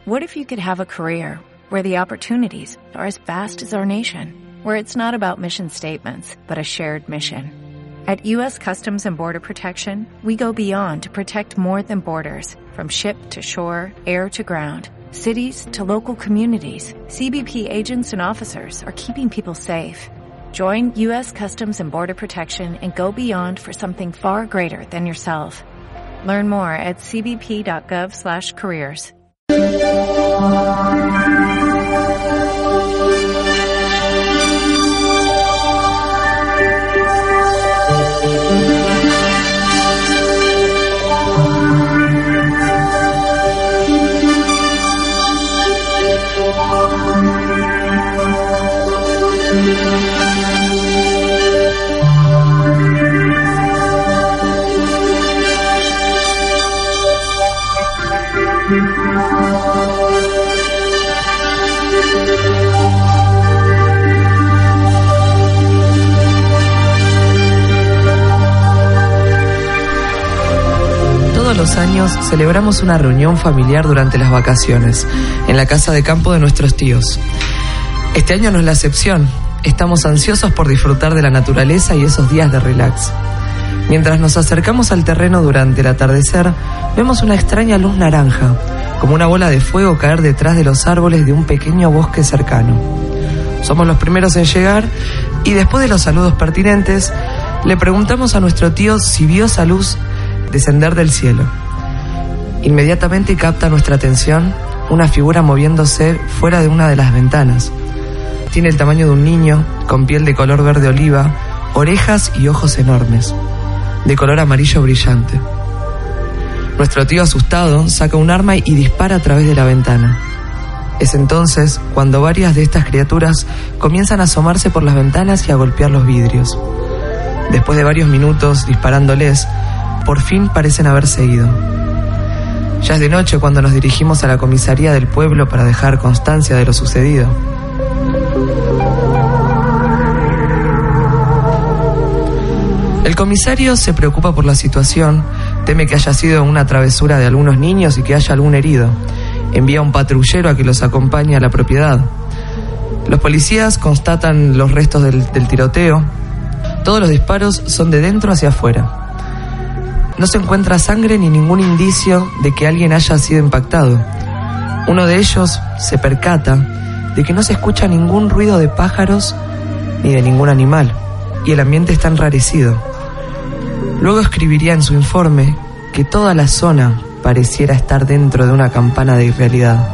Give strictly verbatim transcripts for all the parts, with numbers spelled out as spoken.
What if you could have a career where the opportunities are as vast as our nation, where it's not about mission statements, but a shared mission? At U S Customs and Border Protection, we go beyond to protect more than borders. From ship to shore, air to ground, cities to local communities, C B P agents and officers are keeping people safe. Join U S Customs and Border Protection and go beyond for something far greater than yourself. Learn more at c b p dot gov slash careers. Todos los años celebramos una reunión familiar durante las vacaciones, en la casa de campo de nuestros tíos. Este año no es la excepción. Estamos ansiosos por disfrutar de la naturaleza y esos días de relax. Mientras nos acercamos al terreno durante el atardecer, vemos una extraña luz naranja, como una bola de fuego caer detrás de los árboles de un pequeño bosque cercano. Somos los primeros en llegar y después de los saludos pertinentes, le preguntamos a nuestro tío si vio esa luz descender del cielo. Inmediatamente capta nuestra atención una figura moviéndose fuera de una de las ventanas. Tiene el tamaño de un niño, con piel de color verde oliva, orejas y ojos enormes, de color amarillo brillante. Nuestro tío, asustado, saca un arma y dispara a través de la ventana. Es entonces cuando varias de estas criaturas comienzan a asomarse por las ventanas y a golpear los vidrios. Después de varios minutos disparándoles, por fin parecen haberse ido. Ya es de noche cuando nos dirigimos a la comisaría del pueblo para dejar constancia de lo sucedido. El comisario se preocupa por la situación, teme que haya sido una travesura de algunos niños y que haya algún herido. Envía un patrullero a que los acompañe a la propiedad. Los policías constatan los restos del, del tiroteo. Todos los disparos son de dentro hacia afuera. No se encuentra sangre ni ningún indicio de que alguien haya sido impactado. Uno de ellos se percata de que no se escucha ningún ruido de pájaros ni de ningún animal, y el ambiente está enrarecido. Luego escribiría en su informe que toda la zona pareciera estar dentro de una campana de irrealidad.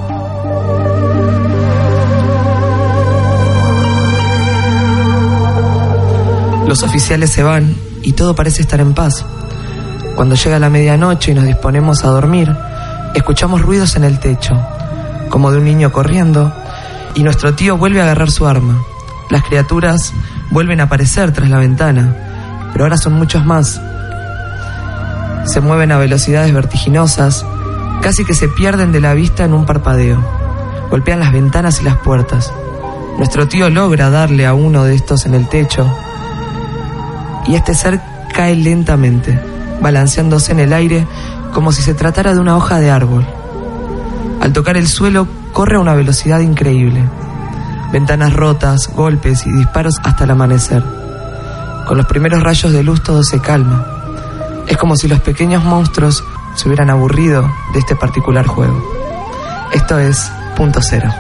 Los oficiales se van y todo parece estar en paz. Cuando llega la medianoche y nos disponemos a dormir, escuchamos ruidos en el techo, como de un niño corriendo, y nuestro tío vuelve a agarrar su arma. Las criaturas vuelven a aparecer tras la ventana, pero ahora son muchos más. Se mueven a velocidades vertiginosas, casi que se pierden de la vista en un parpadeo. Golpean las ventanas y las puertas. Nuestro tío logra darle a uno de estos en el techo, y este ser cae lentamente, balanceándose en el aire como si se tratara de una hoja de árbol. Al tocar el suelo, corre a una velocidad increíble. Ventanas rotas, golpes y disparos hasta el amanecer. Con los primeros rayos de luz todo se calma. Es como si los pequeños monstruos se hubieran aburrido de este particular juego. Esto es Punto Cero.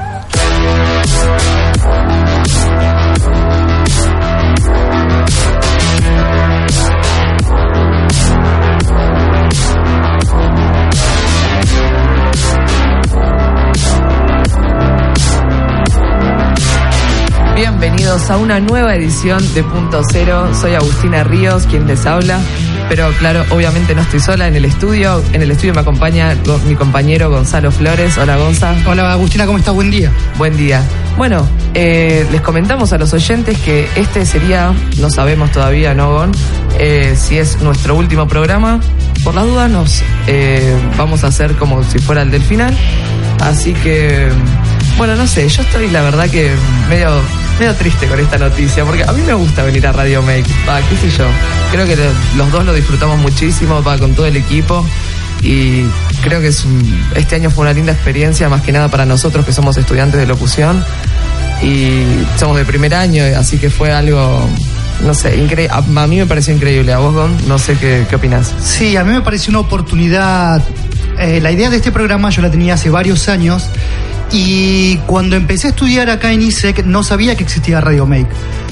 Bienvenidos a una nueva edición de Punto Cero. Soy Agustina Ríos, quien les habla. Pero claro, obviamente no estoy sola en el estudio. En el estudio me acompaña mi compañero Gonzalo Flores. Hola, Gonza. Hola, Agustina, ¿cómo estás? Buen día. Buen día. Bueno, eh, les comentamos a los oyentes que este sería, no sabemos todavía, ¿no, Gon? Eh, si es nuestro último programa. Por la duda nos eh, vamos a hacer como si fuera el del final. Así que, bueno, no sé, yo estoy la verdad que medio... medio triste con esta noticia, porque a mí me gusta venir a Radio Make, va, qué sé yo, creo que los dos lo disfrutamos muchísimo, va, con todo el equipo, y creo que es un, este año fue una linda experiencia, más que nada para nosotros que somos estudiantes de locución y somos de primer año, así que fue algo, no sé, incre- a, a mí me pareció increíble. A vos, Gon, no sé qué, qué opinás. Sí, a mí me pareció una oportunidad. Eh, la idea de este programa yo la tenía hace varios años y cuando empecé a estudiar acá en I S E C no sabía que existía Radio Make.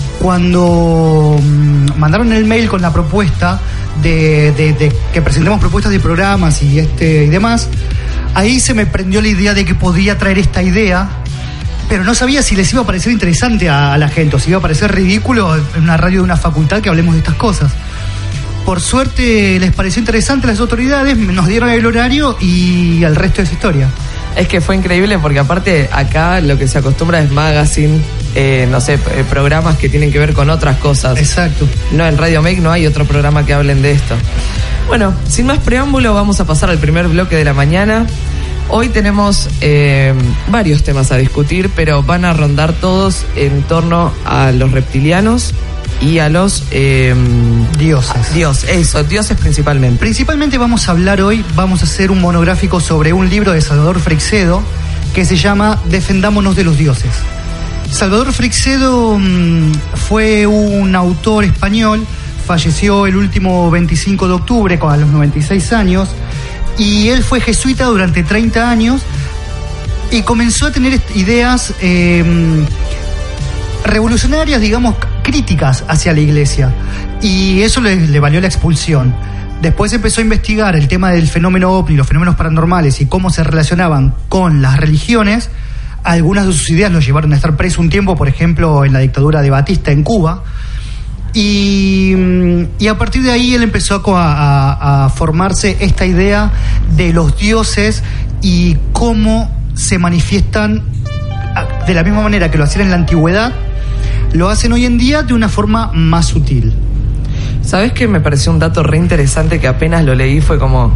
Cuando mmm, mandaron el mail con la propuesta de, de, de que presentemos propuestas de programas y este y demás, ahí se me prendió la idea de que podía traer esta idea, pero no sabía si les iba a parecer interesante a, a la gente o si iba a parecer ridículo en una radio de una facultad que hablemos de estas cosas. Por suerte les pareció interesante a las autoridades, nos dieron el horario y el resto es historia. Es que fue increíble porque aparte acá lo que se acostumbra es magazine, eh, no sé, eh, programas que tienen que ver con otras cosas. Exacto. No, en Radio Make no hay otro programa que hablen de esto. Bueno, sin más preámbulo vamos a pasar al primer bloque de la mañana. Hoy tenemos eh, varios temas a discutir, pero van a rondar todos en torno a los reptilianos y a los eh, dioses. Dios, eso, dioses principalmente. Principalmente vamos a hablar hoy, vamos a hacer un monográfico sobre un libro de Salvador Freixedo que se llama Defendámonos de los dioses. Salvador Freixedo mmm, fue un autor español, falleció el último veinticinco de octubre a los noventa y seis años y él fue jesuita durante treinta años y comenzó a tener ideas eh, revolucionarias, digamos, críticas hacia la iglesia y eso le, le valió la expulsión. Después empezó a investigar el tema del fenómeno ovni, los fenómenos paranormales y cómo se relacionaban con las religiones. Algunas de sus ideas lo llevaron a estar preso un tiempo, por ejemplo, en la dictadura de Batista en Cuba. Y, y a partir de ahí él empezó a, a, a formarse esta idea de los dioses y cómo se manifiestan de la misma manera que lo hacían en la antigüedad, lo hacen hoy en día de una forma más sutil. ¿Sabés qué? Me pareció un dato re interesante que apenas lo leí, fue como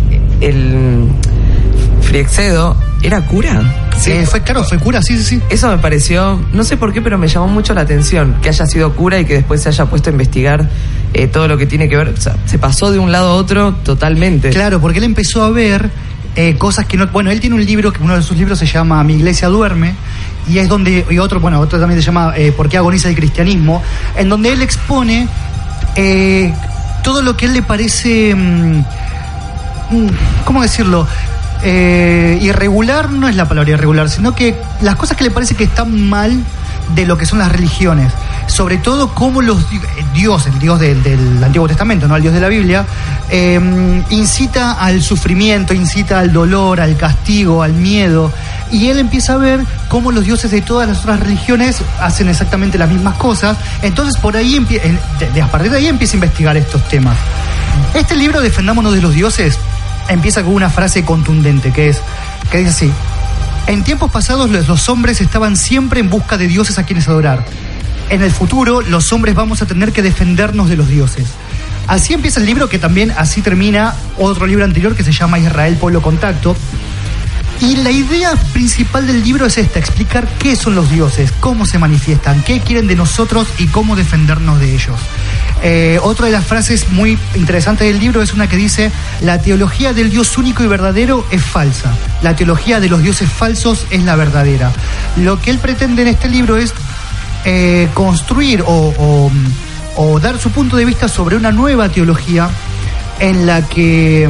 el Freixedo era cura. Sí, eh, fue claro, fue cura, sí, sí, sí. Eso me pareció, no sé por qué, pero me llamó mucho la atención que haya sido cura y que después se haya puesto a investigar eh, todo lo que tiene que ver, o sea, se pasó de un lado a otro totalmente. Claro, porque él empezó a ver eh, cosas que no, bueno, él tiene un libro, que uno de sus libros se llama Mi iglesia duerme, y es donde, y otro, bueno, otro también se llama eh, ¿Por qué agoniza el cristianismo?, en donde él expone eh, todo lo que a él le parece, mmm, ¿cómo decirlo?, Eh, irregular, no es la palabra irregular, sino que las cosas que le parece que están mal de lo que son las religiones, sobre todo cómo los Dios, el Dios del, del Antiguo Testamento, no el Dios de la Biblia, eh, incita al sufrimiento, incita al dolor, al castigo, al miedo, y él empieza a ver cómo los dioses de todas las otras religiones hacen exactamente las mismas cosas. Entonces por ahí empie- de, de, a partir de ahí empieza a investigar estos temas. Este libro, Defendámonos de los dioses, empieza con una frase contundente que es, que dice así: en tiempos pasados los, los hombres estaban siempre en busca de dioses a quienes adorar. En el futuro los hombres vamos a tener que defendernos de los dioses. Así empieza el libro, que también así termina otro libro anterior que se llama Israel, Pueblo Contacto. Y la idea principal del libro es esta: explicar qué son los dioses, cómo se manifiestan, qué quieren de nosotros y cómo defendernos de ellos. Eh, otra de las frases muy interesantes del libro es una que dice: la teología del Dios único y verdadero es falsa, la teología de los dioses falsos es la verdadera. Lo que él pretende en este libro es eh, construir o, o, o dar su punto de vista sobre una nueva teología en la que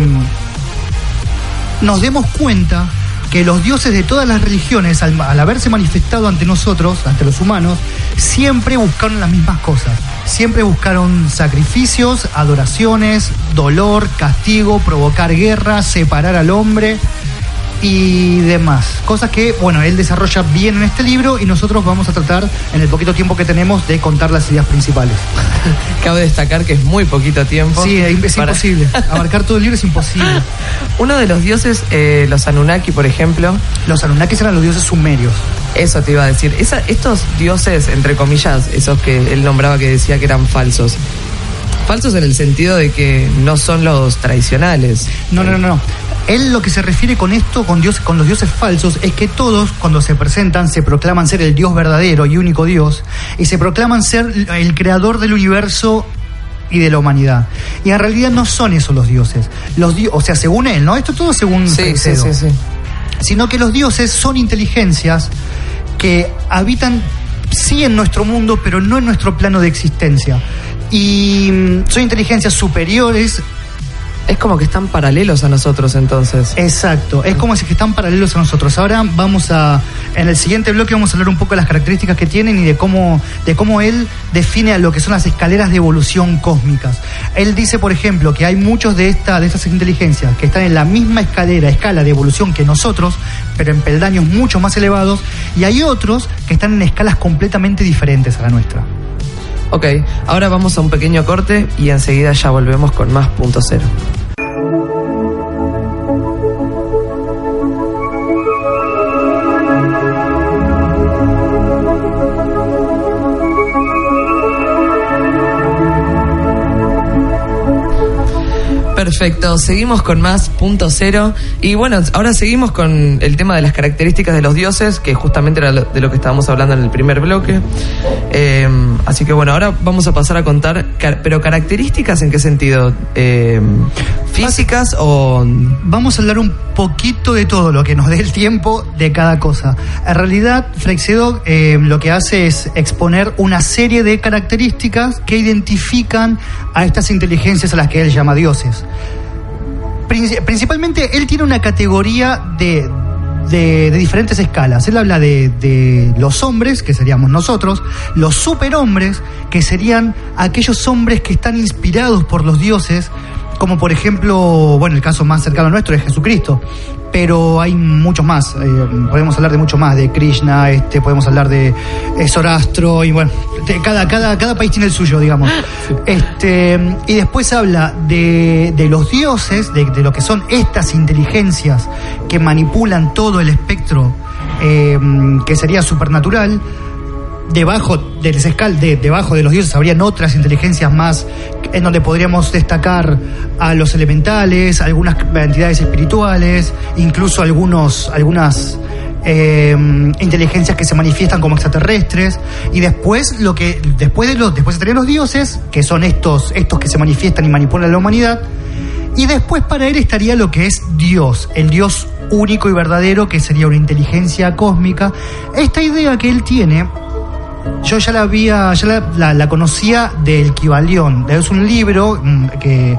nos demos cuenta que los dioses de todas las religiones, al, al haberse manifestado ante nosotros, ante los humanos, siempre buscaron las mismas cosas. Siempre buscaron sacrificios, adoraciones, dolor, castigo, provocar guerra, separar al hombre y demás. Cosas que, bueno, él desarrolla bien en este libro y nosotros vamos a tratar, en el poquito tiempo que tenemos, de contar las ideas principales. Cabe destacar que es muy poquito tiempo. Sí, es, es para... imposible. Abarcar todo el libro es imposible. Uno de los dioses, eh, los Anunnaki, por ejemplo. Los Anunnakis eran los dioses sumerios. Eso te iba a decir. Esa, estos dioses, entre comillas, esos que él nombraba que decía que eran falsos. Falsos en el sentido de que no son los tradicionales. No, no, no, no. Él lo que se refiere con esto, con Dios, con los dioses falsos, es que todos, cuando se presentan, se proclaman ser el Dios verdadero y único Dios, y se proclaman ser el creador del universo y de la humanidad. Y en realidad no son esos los dioses. Los di- o sea, según él, ¿no? Esto todo según Sí, Fresedo. sí, sí, sí. Sino que los dioses son inteligencias que habitan sí en nuestro mundo, pero no en nuestro plano de existencia. Y mm, son inteligencias superiores. Es como que están paralelos a nosotros entonces. Exacto, es como si que están paralelos a nosotros. Ahora vamos a, en el siguiente bloque vamos a hablar un poco de las características que tienen y de cómo, de cómo él define a lo que son las escaleras de evolución cósmicas. Él dice, por ejemplo, que hay muchos de, esta, de estas inteligencias que están en la misma escalera, escala de evolución que nosotros, pero en peldaños mucho más elevados, y hay otros que están en escalas completamente diferentes a la nuestra. Ok, ahora vamos a un pequeño corte y enseguida ya volvemos con más Punto Cero. Perfecto, seguimos con más Punto Cero. Y bueno, ahora seguimos con el tema de las características de los dioses, que justamente era lo, de lo que estábamos hablando en el primer bloque. Eh, así que bueno, ahora vamos a pasar a contar, car- pero características ¿en qué sentido? Eh, ¿Físicas o...? Vamos a hablar un poquito de todo lo que nos dé el tiempo de cada cosa. En realidad, Fresedo eh, lo que hace es exponer una serie de características que identifican a estas inteligencias a las que él llama dioses. Princi- principalmente, él tiene una categoría de, de, de diferentes escalas. Él habla de, de los hombres, que seríamos nosotros, los superhombres, que serían aquellos hombres que están inspirados por los dioses, como por ejemplo, bueno, el caso más cercano nuestro es Jesucristo, pero hay muchos más. Eh, podemos hablar de mucho más, de Krishna, este, podemos hablar de eh, Zoroastro, y bueno, de, cada, cada, cada país tiene el suyo, digamos. Este, y después habla de, de los dioses, de, de lo que son estas inteligencias que manipulan todo el espectro eh, que sería supernatural. Debajo de, de, debajo de los dioses habrían otras inteligencias más, en donde podríamos destacar a los elementales, algunas entidades espirituales, incluso algunos, algunas eh, inteligencias que se manifiestan como extraterrestres. Y después lo que después de los después estarían los dioses, que son estos estos que se manifiestan y manipulan a la humanidad. Y después para él estaría lo que es Dios, el Dios único y verdadero, que sería una inteligencia cósmica. Esta idea que él tiene, yo ya la había, ya la, la, la conocía del Kybalión. Es un libro mmm, que,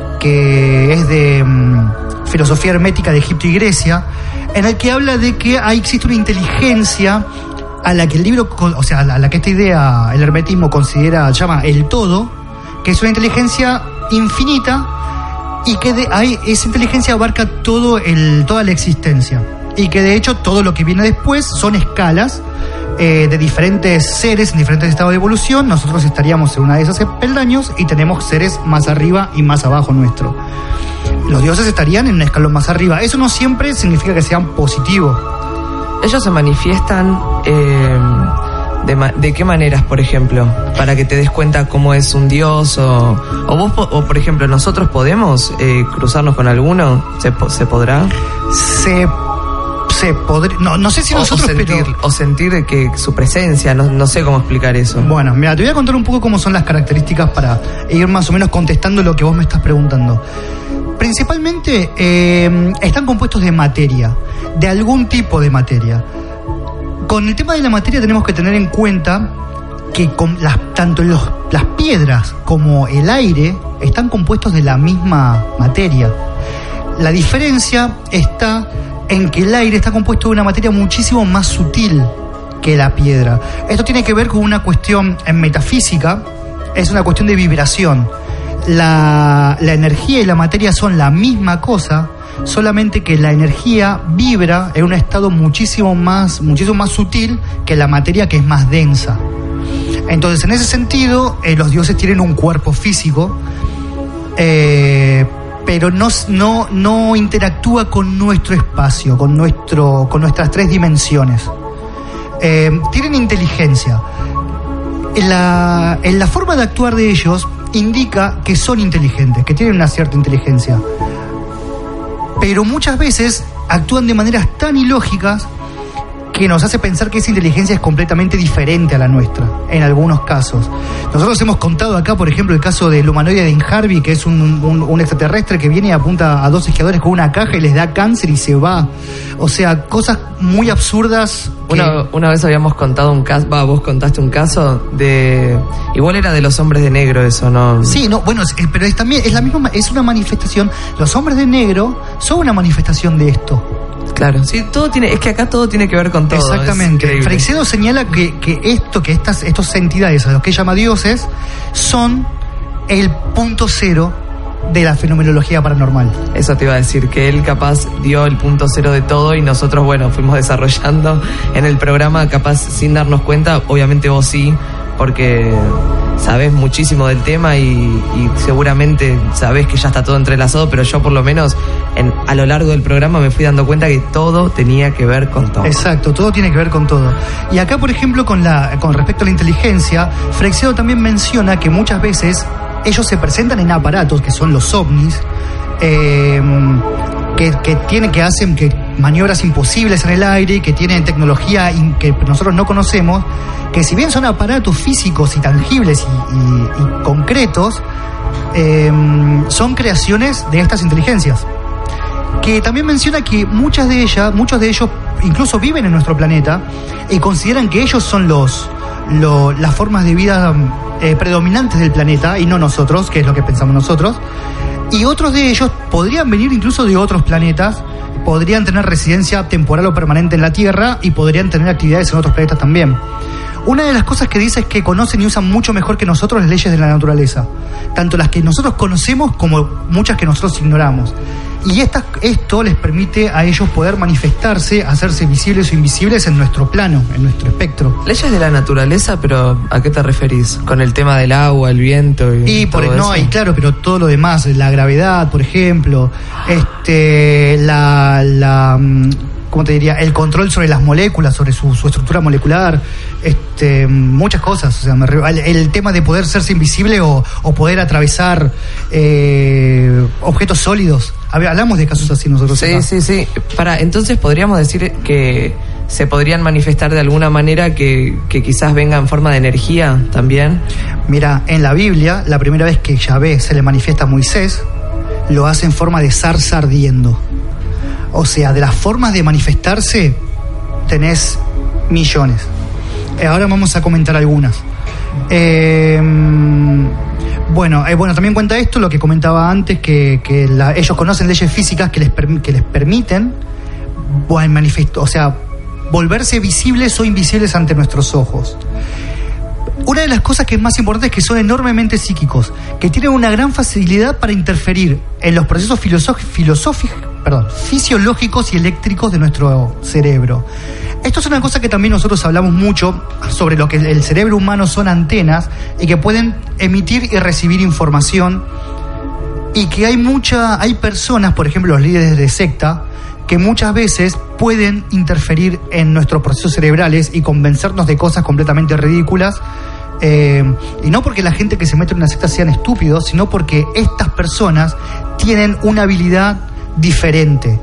que es de mmm, filosofía hermética de Egipto y Grecia, en el que habla de que hay, existe una inteligencia a la que el libro, o sea, a la que esta idea, el hermetismo considera, llama el todo, que es una inteligencia infinita y que de, hay, esa inteligencia abarca todo el, toda la existencia. Y que de hecho todo lo que viene después son escalas Eh, de diferentes seres en diferentes estados de evolución. Nosotros estaríamos en una de esas peldaños y tenemos seres más arriba y más abajo nuestro. Los dioses estarían en un escalón más arriba. Eso no siempre significa que sean positivos. Ellos se manifiestan eh, de, ma- de qué maneras, por ejemplo, para que te des cuenta cómo es un dios, o, o vos, po- o por ejemplo, nosotros podemos eh, cruzarnos con alguno. ¿Se, po- se podrá? Se Se podría, no, no sé si nosotros, o, o sentir, pero... o sentir que su presencia, no, no sé cómo explicar eso. Bueno, mira, te voy a contar un poco cómo son las características para ir más o menos contestando lo que vos me estás preguntando. Principalmente eh, están compuestos de materia, de algún tipo de materia. Con el tema de la materia tenemos que tener en cuenta que con las, tanto los, las piedras como el aire están compuestos de la misma materia. La diferencia está en que el aire está compuesto de una materia muchísimo más sutil que la piedra. Esto tiene que ver con una cuestión en metafísica, es una cuestión de vibración. La, la energía y la materia son la misma cosa, solamente que la energía vibra en un estado muchísimo más, muchísimo más sutil que la materia, que es más densa. Entonces, en ese sentido, eh, los dioses tienen un cuerpo físico, eh, pero no, no, no interactúa con nuestro espacio, con, nuestro, con nuestras tres dimensiones. Eh, tienen inteligencia. En la, en la forma de actuar de ellos indica que son inteligentes, que tienen una cierta inteligencia. Pero muchas veces actúan de maneras tan ilógicas que nos hace pensar que esa inteligencia es completamente diferente a la nuestra, en algunos casos. Nosotros hemos contado acá, por ejemplo, el caso del humanoide de Dean Harvey, que es un, un, un extraterrestre que viene y apunta a dos esquiadores con una caja y les da cáncer y se va. O sea, cosas muy absurdas. Que... Una, una vez habíamos contado un caso, va, vos contaste un caso de... Igual era de los hombres de negro eso, ¿no? Sí, no, bueno, es, pero es también, es la misma, es una manifestación. Los hombres de negro son una manifestación de esto. Claro, sí, todo tiene, es que acá todo tiene que ver con todo. Exactamente. Freixedo señala que, que esto, que estas, estas entidades, a los que llama dioses, son el punto cero de la fenomenología paranormal. Eso te iba a decir, que él capaz dio el punto cero de todo y nosotros, bueno, fuimos desarrollando en el programa, capaz sin darnos cuenta, obviamente vos sí, porque sabés muchísimo del tema y, y seguramente sabés que ya está todo entrelazado, pero yo por lo menos en, a lo largo del programa me fui dando cuenta que todo tenía que ver con todo. Exacto, todo tiene que ver con todo. Y acá, por ejemplo, con, la, con respecto a la inteligencia, Freixedo también menciona que muchas veces ellos se presentan en aparatos, que son los ovnis, eh, que, que, tienen, que hacen que maniobras imposibles en el aire, que tienen tecnología in, que nosotros no conocemos, que si bien son aparatos físicos y tangibles y, y, y concretos, eh, son creaciones de estas inteligencias. Que también menciona que muchas de ellas, muchos de ellos incluso viven en nuestro planeta y consideran que ellos son los, lo, las formas de vida eh, predominantes del planeta y no nosotros, que es lo que pensamos nosotros. Y otros de ellos podrían venir incluso de otros planetas, podrían tener residencia temporal o permanente en la Tierra y podrían tener actividades en otros planetas también. Una de las cosas que dice es que conocen y usan mucho mejor que nosotros las leyes de la naturaleza, tanto las que nosotros conocemos como muchas que nosotros ignoramos. Y esta, esto les permite a ellos poder manifestarse, hacerse visibles o invisibles en nuestro plano, en nuestro espectro. Leyes de la naturaleza, pero ¿a qué te referís? Con el tema del agua, el viento y, y por todo no, eso. Y claro, pero todo lo demás, la gravedad, por ejemplo, este, la, la, ¿cómo te diría? El control sobre las moléculas, sobre su, su estructura molecular, este, muchas cosas. O sea, me, el, el tema de poder serse invisible o, o poder atravesar eh, objetos sólidos. A ver, hablamos de casos así nosotros. Sí, acá. sí, sí. Para, entonces podríamos decir que se podrían manifestar de alguna manera que, que quizás venga en forma de energía también. Mira, en la Biblia, la primera vez que Yahvé se le manifiesta a Moisés, lo hace en forma de zarza ardiendo. O sea, de las formas de manifestarse tenés millones. Eh, ahora vamos a comentar algunas. Eh, bueno, eh, bueno, también cuenta esto, lo que comentaba antes, que, que la, ellos conocen leyes físicas que les, que les permiten bueno, manifest, o sea, volverse visibles o invisibles ante nuestros ojos. Una de las cosas que es más importante es que son enormemente psíquicos, que tienen una gran facilidad para interferir en los procesos filosóficos, perdón, fisiológicos y eléctricos de nuestro cerebro. Esto es una cosa que también nosotros hablamos mucho sobre lo que el cerebro humano son antenas y que pueden emitir y recibir información, y que hay mucha, hay personas, por ejemplo los líderes de secta, que muchas veces pueden interferir en nuestros procesos cerebrales y convencernos de cosas completamente ridículas. Eh, y no porque la gente que se mete en una secta sean estúpidos, sino porque estas personas tienen una habilidad diferente.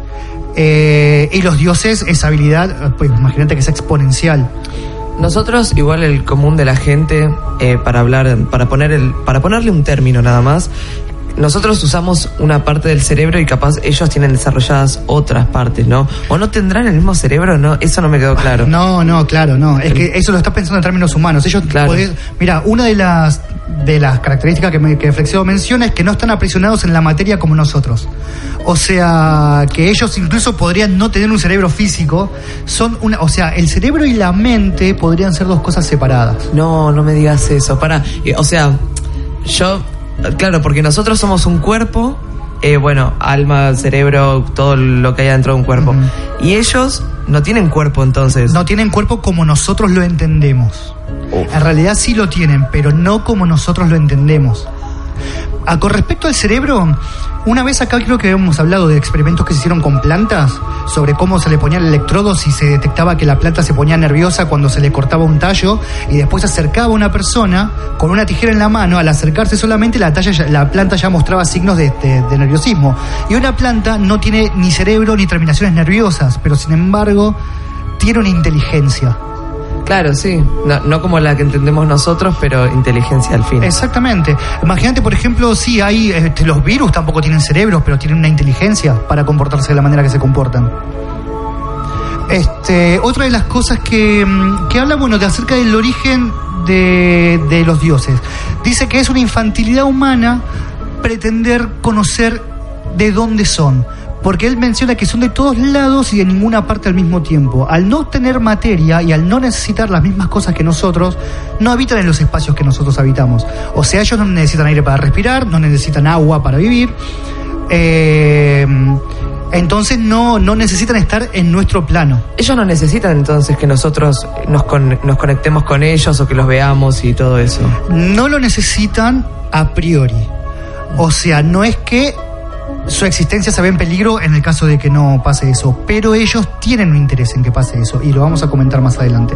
Eh, y los dioses, esa habilidad, pues imagínate que es exponencial. Nosotros, igual el común de la gente, eh, para hablar, para poner el, para ponerle un término nada más, nosotros usamos una parte del cerebro y capaz ellos tienen desarrolladas otras partes, ¿no? ¿O no tendrán el mismo cerebro? No, eso no me quedó claro. No, no, claro, no. Es que eso lo estás pensando en términos humanos. Ellos claro. podés, mira, una de las de las características que, me, que Freixedo menciona es que no están aprisionados en la materia como nosotros. O sea, que ellos incluso podrían no tener un cerebro físico. Son una, o sea, el cerebro y la mente podrían ser dos cosas separadas. No, no me digas eso. Para, o sea, yo claro, porque nosotros somos un cuerpo, eh, bueno, alma, cerebro, todo lo que hay dentro de un cuerpo. Uh-huh. Y ellos no tienen cuerpo, entonces. No tienen cuerpo como nosotros lo entendemos. Uf. En realidad sí lo tienen, pero no como nosotros lo entendemos. Ah, con respecto al cerebro, una vez acá creo que hemos hablado de experimentos que se hicieron con plantas, sobre cómo se le ponían electrodos y se detectaba que la planta se ponía nerviosa cuando se le cortaba un tallo, y después se acercaba una persona con una tijera en la mano. Al acercarse solamente la, talla, la planta ya mostraba signos de, de, de nerviosismo. Y una planta no tiene ni cerebro ni terminaciones nerviosas, pero sin embargo tiene una inteligencia. Claro, sí, no, no como la que entendemos nosotros, pero inteligencia al fin. Exactamente. Imagínate, por ejemplo, sí, hay este, los virus tampoco tienen cerebros, pero tienen una inteligencia para comportarse de la manera que se comportan. Este, otra de las cosas que, que habla, bueno, de acerca del origen de, de los dioses. Dice que es una infantilidad humana pretender conocer de dónde son. Porque él menciona que son de todos lados y de ninguna parte al mismo tiempo. Al no tener materia y al no necesitar las mismas cosas que nosotros, no habitan en los espacios que nosotros habitamos. O sea, ellos no necesitan aire para respirar, no necesitan agua para vivir. Eh, entonces no, no necesitan estar en nuestro plano. Ellos no necesitan entonces que nosotros nos, con, nos conectemos con ellos o que los veamos y todo eso. No lo necesitan a priori. O sea, no es que su existencia se ve en peligro en el caso de que no pase eso, pero ellos tienen un interés en que pase eso y lo vamos a comentar más adelante.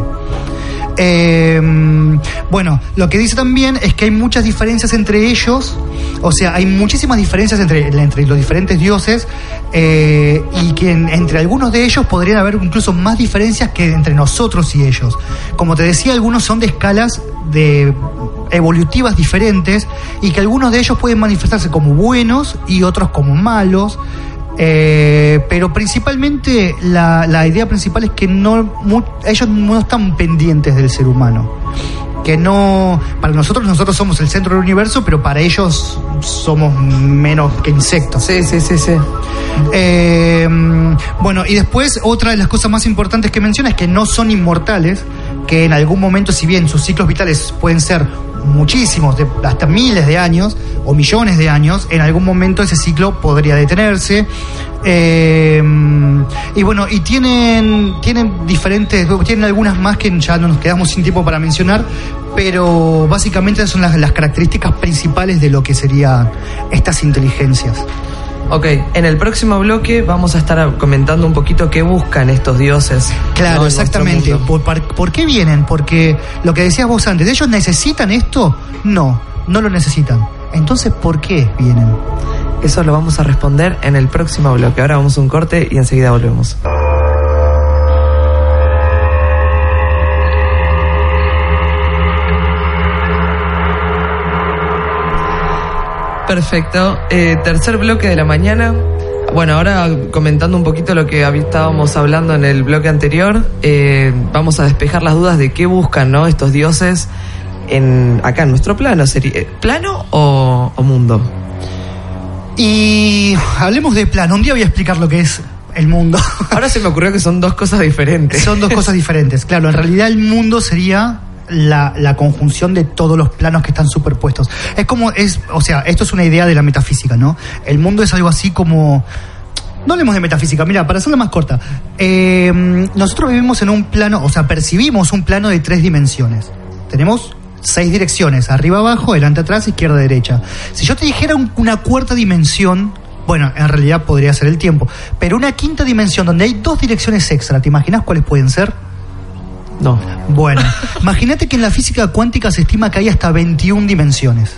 Eh, bueno, lo que dice también es que hay muchas diferencias entre ellos, o sea, hay muchísimas diferencias entre, entre los diferentes dioses, eh, y que en, entre algunos de ellos podrían haber incluso más diferencias que entre nosotros y ellos. Como te decía, algunos son de escalas de evolutivas diferentes y que algunos de ellos pueden manifestarse como buenos y otros como malos. Eh, pero principalmente la, la idea principal es que no mu- ellos no están pendientes del ser humano, que no, para nosotros nosotros somos el centro del universo, pero para ellos somos menos que insectos. Sí, sí, sí, sí. Eh, bueno, y después otra de las cosas más importantes que menciona es que no son inmortales, que en algún momento, si bien sus ciclos vitales pueden ser muchísimos, de hasta miles de años o millones de años, en algún momento ese ciclo podría detenerse. Eh, y bueno, y tienen tienen diferentes, tienen algunas más que ya no nos quedamos sin tiempo para mencionar, pero básicamente son las, las características principales de lo que serían estas inteligencias. Ok, en el próximo bloque vamos a estar comentando un poquito qué buscan estos dioses. Claro, ¿no? exactamente. ¿Por, por, ¿Por qué vienen? Porque lo que decías vos antes, ¿ellos necesitan esto? No, no lo necesitan. Entonces, ¿por qué vienen? Eso lo vamos a responder en el próximo bloque. Ahora vamos a un corte y enseguida volvemos. Perfecto, eh, tercer bloque de la mañana. Bueno, ahora comentando un poquito lo que estábamos hablando en el bloque anterior, eh, vamos a despejar las dudas de qué buscan, ¿no?, estos dioses en acá en nuestro plano. ¿Sería plano o, o mundo? Y hablemos de plano. Un día voy a explicar lo que es el mundo. Ahora se me ocurrió que son dos cosas diferentes. Son dos cosas diferentes, claro. En realidad el mundo sería La, la conjunción de todos los planos que están superpuestos. Es como, es, o sea, esto es una idea de la metafísica, ¿no? El mundo es algo así como... No hablemos de metafísica, mira, para hacerla más corta. Eh, nosotros vivimos en un plano, o sea, percibimos un plano de tres dimensiones. Tenemos seis direcciones, arriba, abajo, adelante, atrás, izquierda, derecha. Si yo te dijera un, una cuarta dimensión, bueno, en realidad podría ser el tiempo, pero una quinta dimensión donde hay dos direcciones extra, ¿te imaginas cuáles pueden ser? No. Bueno, imagínate que en la física cuántica se estima que hay hasta veintiuna dimensiones.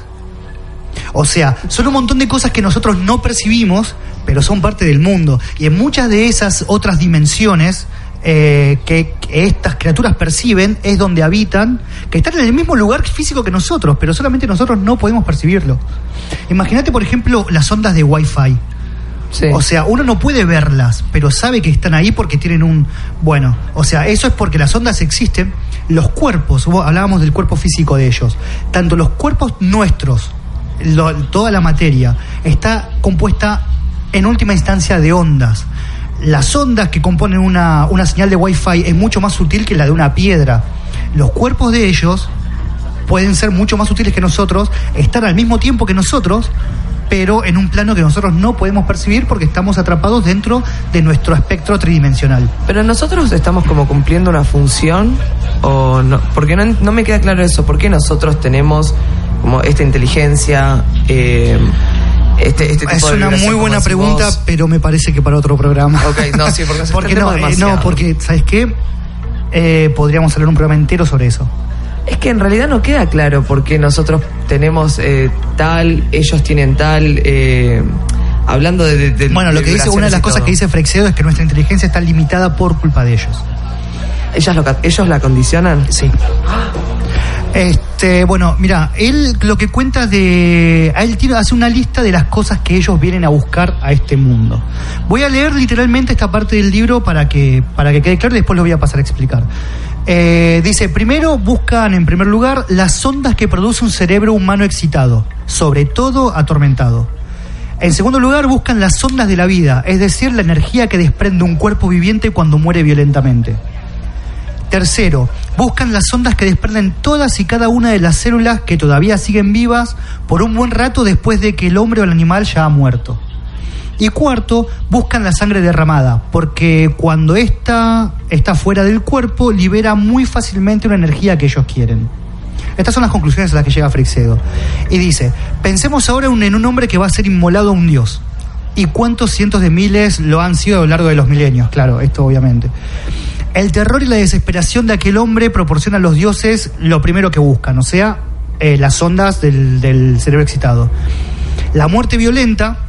O sea, son un montón de cosas que nosotros no percibimos, pero son parte del mundo. Y en muchas de esas otras dimensiones eh, que, que estas criaturas perciben es donde habitan, que están en el mismo lugar físico que nosotros, pero solamente nosotros no podemos percibirlo. Imagínate, por ejemplo, las ondas de Wi-Fi. Sí. O sea, uno no puede verlas, pero sabe que están ahí porque tienen un... Bueno, o sea, eso es porque las ondas existen. Los cuerpos, hablábamos del cuerpo físico de ellos, tanto los cuerpos nuestros, lo, toda la materia, está compuesta en última instancia de ondas. Las ondas que componen una, una señal de Wi-Fi es mucho más sutil que la de una piedra. Los cuerpos de ellos pueden ser mucho más sutiles que nosotros, estar al mismo tiempo que nosotros, pero en un plano que nosotros no podemos percibir porque estamos atrapados dentro de nuestro espectro tridimensional. Pero nosotros estamos como cumpliendo una función o no, porque no, no me queda claro eso. ¿Por qué nosotros tenemos como esta inteligencia? Eh, este, este tipo es de una muy buena pregunta, vos. Pero me parece que para otro programa. Ok, no, sí, porque, porque no, eh, no, porque ¿sabes qué? Eh, podríamos hablar un programa entero sobre eso. Es que en realidad no queda claro por qué nosotros tenemos eh, tal, ellos tienen tal, eh, hablando de, de... Bueno, lo que dice, una de las cosas que dice Freixedo es que nuestra inteligencia está limitada por culpa de ellos. ¿Ellas lo, ¿Ellos la condicionan? Sí. Este, bueno, mira, él lo que cuenta de... Él tiene, hace una lista de las cosas que ellos vienen a buscar a este mundo. Voy a leer literalmente esta parte del libro para que, para que quede claro y después lo voy a pasar a explicar. Eh, dice, primero buscan en primer lugar las ondas que produce un cerebro humano excitado, sobre todo atormentado. En segundo lugar buscan las ondas de la vida, es decir, la energía que desprende un cuerpo viviente cuando muere violentamente. Tercero, buscan las ondas que desprenden todas y cada una de las células que todavía siguen vivas por un buen rato después de que el hombre o el animal ya ha muerto. Y cuarto, buscan la sangre derramada, porque cuando ésta está fuera del cuerpo, libera muy fácilmente una energía que ellos quieren. Estas son las conclusiones a las que llega Fresedo. Y dice, pensemos ahora en un hombre que va a ser inmolado a un dios. ¿Y cuántos cientos de miles lo han sido a lo largo de los milenios? Claro, esto obviamente. El terror y la desesperación de aquel hombre proporciona a los dioses lo primero que buscan, o sea, eh, las ondas del, del cerebro excitado. La muerte violenta,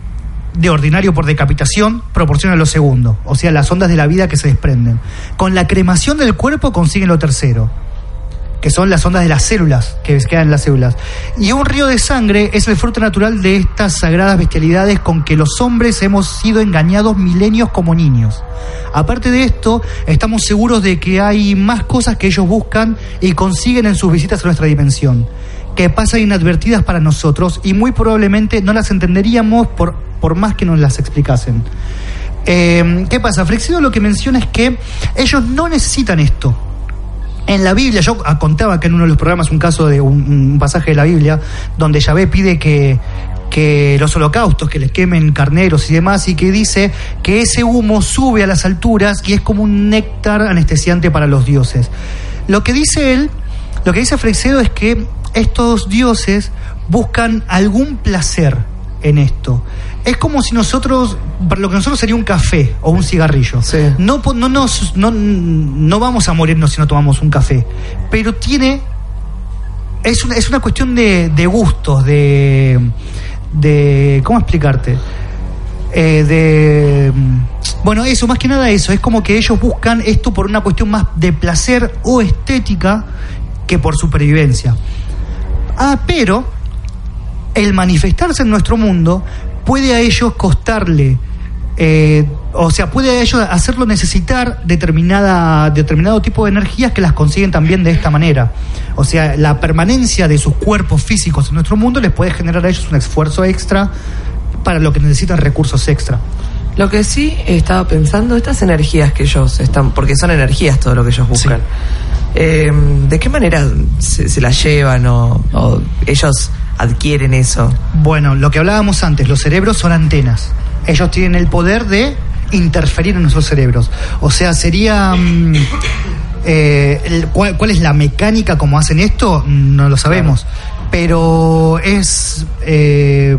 de ordinario por decapitación, proporciona lo segundo, o sea, las ondas de la vida que se desprenden. Con la cremación del cuerpo consiguen lo tercero, que son las ondas de las células, que quedan en las células. Y un río de sangre es el fruto natural de estas sagradas bestialidades con que los hombres hemos sido engañados milenios como niños. Aparte de esto, estamos seguros de que hay más cosas que ellos buscan y consiguen en sus visitas a nuestra dimensión, que pasan inadvertidas para nosotros y muy probablemente no las entenderíamos por, por más que nos las explicasen. Eh, ¿Qué pasa? Fresedo lo que menciona es que ellos no necesitan esto. En la Biblia, yo contaba que en uno de los programas un caso de un, un pasaje de la Biblia donde Yahvé pide que, que los holocaustos, que les quemen carneros y demás, y que dice que ese humo sube a las alturas y es como un néctar anestesiante para los dioses. Lo que dice él, lo que dice Fresedo es que estos dioses buscan algún placer en esto. Es como si nosotros, para lo que nosotros sería un café o un cigarrillo. Sí. No, no, nos, no, no vamos a morirnos si no tomamos un café, pero tiene, es una, es una cuestión de, de gustos, de, de, ¿cómo explicarte? Eh, de, bueno, eso, más que nada eso, es como que ellos buscan esto por una cuestión más de placer o estética que por supervivencia. Ah, pero el manifestarse en nuestro mundo puede a ellos costarle, eh, o sea, puede a ellos hacerlo necesitar determinada, determinado tipo de energías que las consiguen también de esta manera. O sea, la permanencia de sus cuerpos físicos en nuestro mundo les puede generar a ellos un esfuerzo extra para lo que necesitan recursos extra. Lo que sí he estado pensando, estas energías que ellos están, porque son energías todo lo que ellos buscan, sí. eh, ¿de qué manera se, se las llevan o, o ellos adquieren eso? Bueno, lo que hablábamos antes, los cerebros son antenas. Ellos tienen el poder de interferir en nuestros cerebros. O sea, sería... Um, eh, el, ¿cuál, ¿Cuál es la mecánica como hacen esto? No lo sabemos. Claro. Pero es... Eh,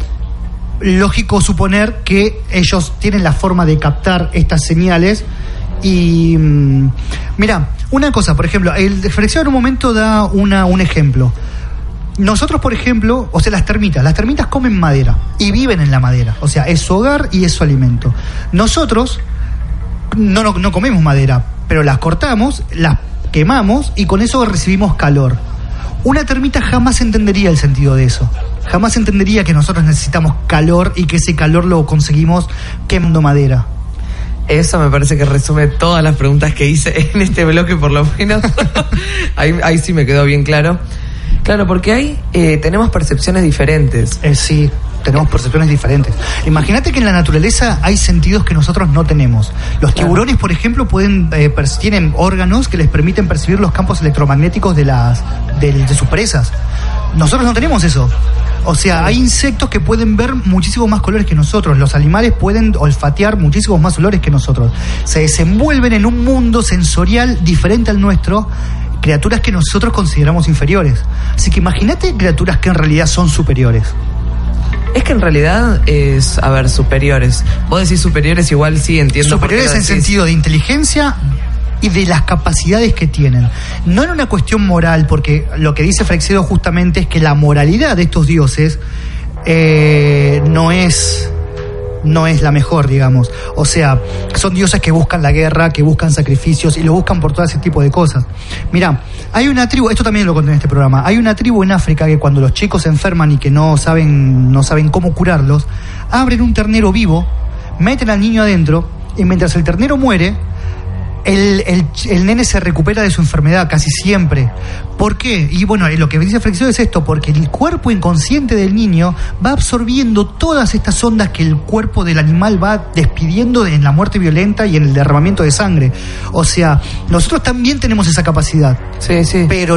lógico suponer que ellos tienen la forma de captar estas señales y mmm, mira, una cosa, por ejemplo, el Fresedo en un momento da una, un ejemplo. Nosotros, por ejemplo, o sea, las termitas, las termitas comen madera y viven en la madera, o sea, es su hogar y es su alimento. Nosotros no, no, no comemos madera, pero las cortamos, las quemamos y con eso recibimos calor. Una termita jamás entendería el sentido de eso. Jamás entendería que nosotros necesitamos calor y que ese calor lo conseguimos quemando madera. Eso me parece que resume todas las preguntas que hice en este bloque, por lo menos. ahí, ahí sí me quedó bien claro. Claro, porque ahí eh, tenemos percepciones diferentes. Eh, sí, tenemos percepciones diferentes. Imagínate que en la naturaleza hay sentidos que nosotros no tenemos. Los claro. tiburones, por ejemplo, pueden eh, per- tienen órganos que les permiten percibir los campos electromagnéticos de las de, de sus presas. Nosotros no tenemos eso. O sea, hay insectos que pueden ver muchísimos más colores que nosotros. Los animales pueden olfatear muchísimos más olores que nosotros. Se desenvuelven en un mundo sensorial diferente al nuestro, criaturas que nosotros consideramos inferiores. Así que imagínate criaturas que en realidad son superiores. Es que en realidad es, a ver, superiores. Vos decís superiores, igual sí entiendo. Superiores en sentido de inteligencia y de las capacidades que tienen. No en una cuestión moral, porque lo que dice Fresedo justamente es que la moralidad de estos dioses eh, no es no es la mejor, digamos. O sea, son dioses que buscan la guerra, que buscan sacrificios y lo buscan por todo ese tipo de cosas. Mirá, hay una tribu, esto también lo conté en este programa, hay una tribu en África que cuando los chicos se enferman y que no saben, no saben cómo curarlos, abren un ternero vivo, meten al niño adentro y mientras el ternero muere, El, el, el nene se recupera de su enfermedad casi siempre. ¿Por qué? Y bueno, lo que me dice Flexio es esto, porque el cuerpo inconsciente del niño va absorbiendo todas estas ondas que el cuerpo del animal va despidiendo en la muerte violenta y en el derramamiento de sangre. O sea, nosotros también tenemos esa capacidad. Sí, sí. Pero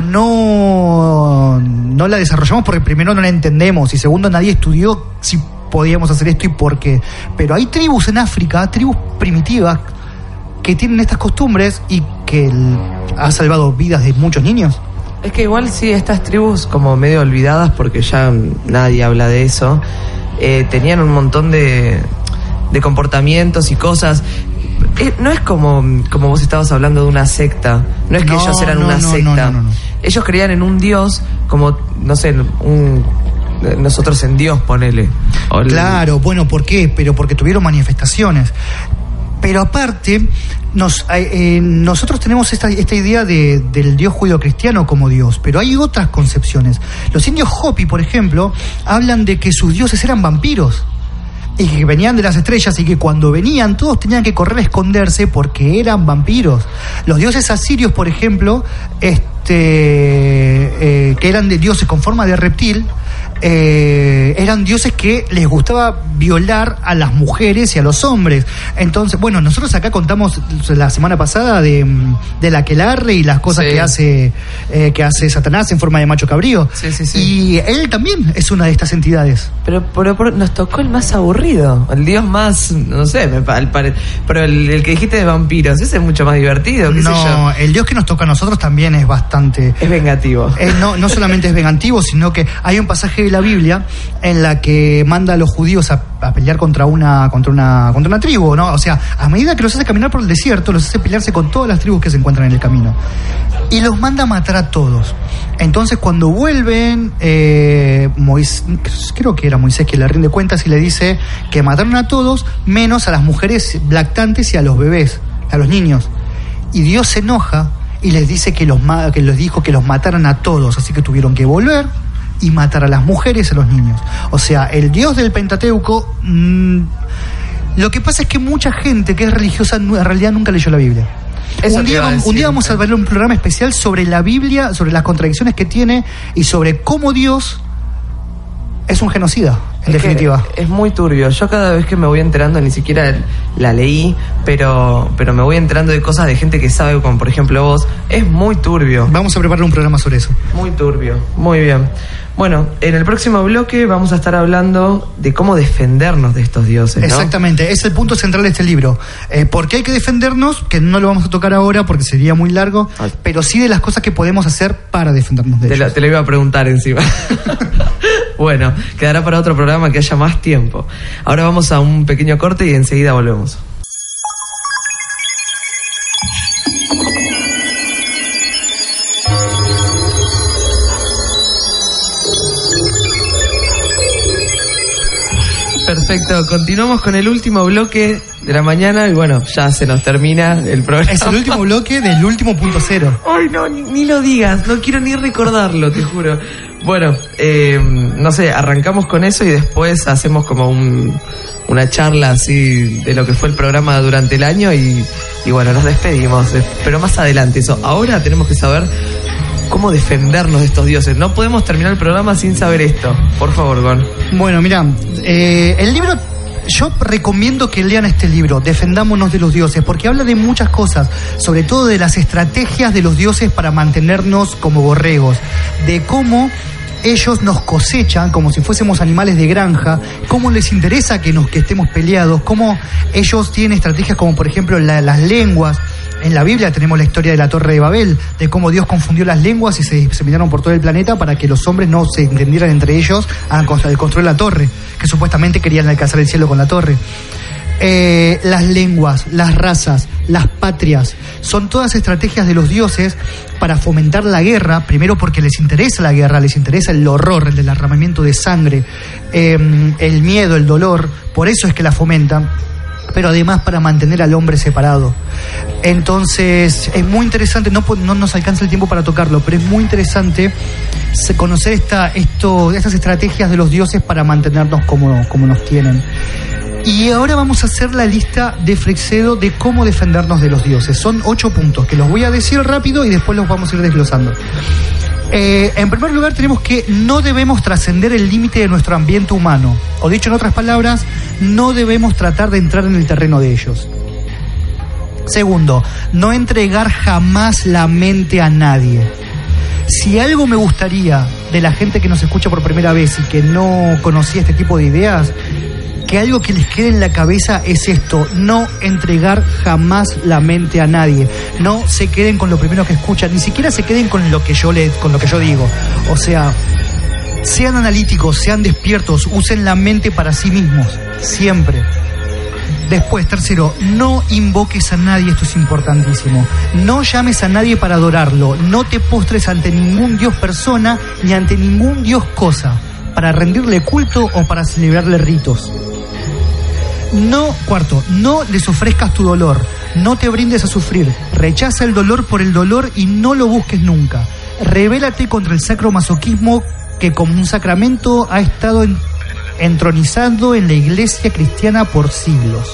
no, no la desarrollamos porque primero no la entendemos y segundo nadie estudió si podíamos hacer esto y por qué. Pero hay tribus en África, tribus primitivas, que tienen estas costumbres y que el, ha salvado vidas de muchos niños. Es que igual sí, estas tribus como medio olvidadas, porque ya nadie habla de eso, eh, tenían un montón de, de comportamientos y cosas. Eh, no es como, como vos estabas hablando de una secta, no es que no, ellos eran no, una no, secta. No, no, no, no. Ellos creían en un dios como, no sé, un... nosotros en Dios, ponele. O claro, bueno, ¿por qué? Pero porque tuvieron manifestaciones. Pero aparte, nos, eh, nosotros tenemos esta, esta idea de, del Dios judeocristiano como Dios, pero hay otras concepciones. Los indios Hopi, por ejemplo, hablan de que sus dioses eran vampiros y que venían de las estrellas y que cuando venían todos tenían que correr a esconderse porque eran vampiros. Los dioses asirios, por ejemplo, este, eh, que eran de dioses con forma de reptil, Eh, eran dioses que les gustaba violar a las mujeres y a los hombres. Entonces, bueno, nosotros acá contamos la semana pasada de, de la aquelarre y las cosas sí. que hace eh, que hace Satanás en forma de macho cabrío. Sí, sí, sí. Y él también es una de estas entidades. Pero, pero, pero nos tocó el más aburrido, el dios más, no sé, me parece. Pero el, el que dijiste de vampiros, ese es mucho más divertido. ¿Qué no, sé yo? El dios que nos toca a nosotros también es bastante. Es vengativo. Eh, no, no solamente es vengativo, sino que hay un pasaje de la Biblia en la que manda a los judíos a, a pelear contra una contra una contra una tribu, ¿no? O sea, a medida que los hace caminar por el desierto, los hace pelearse con todas las tribus que se encuentran en el camino y los manda a matar a todos. Entonces, cuando vuelven, eh, Moisés, creo que era Moisés que le rinde cuentas y le dice que mataron a todos menos a las mujeres lactantes y a los bebés, a los niños. Y Dios se enoja y les dice que los que les dijo que los mataran a todos, así que tuvieron que volver y matar a las mujeres y a los niños. O sea, el Dios del Pentateuco, mmm, lo que pasa es que mucha gente que es religiosa en realidad nunca leyó la Biblia. Un día, un día vamos a ver un programa especial sobre la Biblia, sobre las contradicciones que tiene y sobre cómo Dios es un genocida, en es definitiva. Es muy turbio. Yo cada vez que me voy enterando, ni siquiera la leí, pero, pero me voy enterando de cosas de gente que sabe, como por ejemplo vos. Es muy turbio. Vamos a preparar un programa sobre eso. Muy turbio, muy bien. Bueno, en el próximo bloque vamos a estar hablando de cómo defendernos de estos dioses, ¿no? Exactamente, es el punto central de este libro. Eh, ¿Por qué hay que defendernos? Que no lo vamos a tocar ahora porque sería muy largo, Ay. pero sí de las cosas que podemos hacer para defendernos de te ellos. Lo, te lo iba a preguntar encima. Bueno, quedará para otro programa que haya más tiempo. Ahora vamos a un pequeño corte y enseguida volvemos. Perfecto, continuamos con el último bloque de la mañana y bueno, ya se nos termina el programa. Es el último bloque del último punto cero. Ay, no, ni, ni lo digas, no quiero ni recordarlo, te juro. Bueno, eh, no sé, arrancamos con eso y después hacemos como un, una charla así de lo que fue el programa durante el año y, y bueno, nos despedimos, pero más adelante eso. Ahora tenemos que saber cómo defendernos de estos dioses. No podemos terminar el programa sin saber esto. Por favor, Gon. Bueno, mira, eh, el libro, yo recomiendo que lean este libro, Defendámonos de los dioses, porque habla de muchas cosas, sobre todo de las estrategias de los dioses para mantenernos como borregos, de cómo ellos nos cosechan como si fuésemos animales de granja, cómo les interesa que nos que estemos peleados, cómo ellos tienen estrategias como por ejemplo la, las lenguas. En la Biblia tenemos la historia de la Torre de Babel, de cómo Dios confundió las lenguas y se diseminaron por todo el planeta para que los hombres no se entendieran entre ellos al construir la torre, que supuestamente querían alcanzar el cielo con la torre. Eh, las lenguas, las razas, las patrias, son todas estrategias de los dioses para fomentar la guerra, primero porque les interesa la guerra, les interesa el horror, el derramamiento de sangre, eh, el miedo, el dolor, por eso es que la fomentan, pero además para mantener al hombre separado. Entonces es muy interesante, no, no nos alcanza el tiempo para tocarlo, pero es muy interesante conocer esta, esto, estas estrategias de los dioses para mantenernos como, como nos tienen. Y ahora vamos a hacer la lista de Freixedo de cómo defendernos de los dioses. Son ocho puntos que los voy a decir rápido y después los vamos a ir desglosando. Eh, en primer lugar, tenemos que no debemos trascender el límite de nuestro ambiente humano. O dicho en otras palabras, no debemos tratar de entrar en el terreno de ellos. Segundo, no entregar jamás la mente a nadie. Si algo me gustaría de la gente que nos escucha por primera vez y que no conocía este tipo de ideas, que algo que les quede en la cabeza es esto: no entregar jamás la mente a nadie. No se queden con lo primero que escuchan, ni siquiera se queden con lo que yo le, con lo que yo digo. O sea, sean analíticos, sean despiertos, usen la mente para sí mismos, siempre. Después, tercero, no invoques a nadie, esto es importantísimo. No llames a nadie para adorarlo, no te postres ante ningún dios persona, ni ante ningún dios cosa, para rendirle culto o para celebrarle ritos. No, cuarto, no les ofrezcas tu dolor, no te brindes a sufrir, rechaza el dolor por el dolor y no lo busques nunca. Rebélate contra el sacromasoquismo que como un sacramento ha estado en, entronizado en la iglesia cristiana por siglos.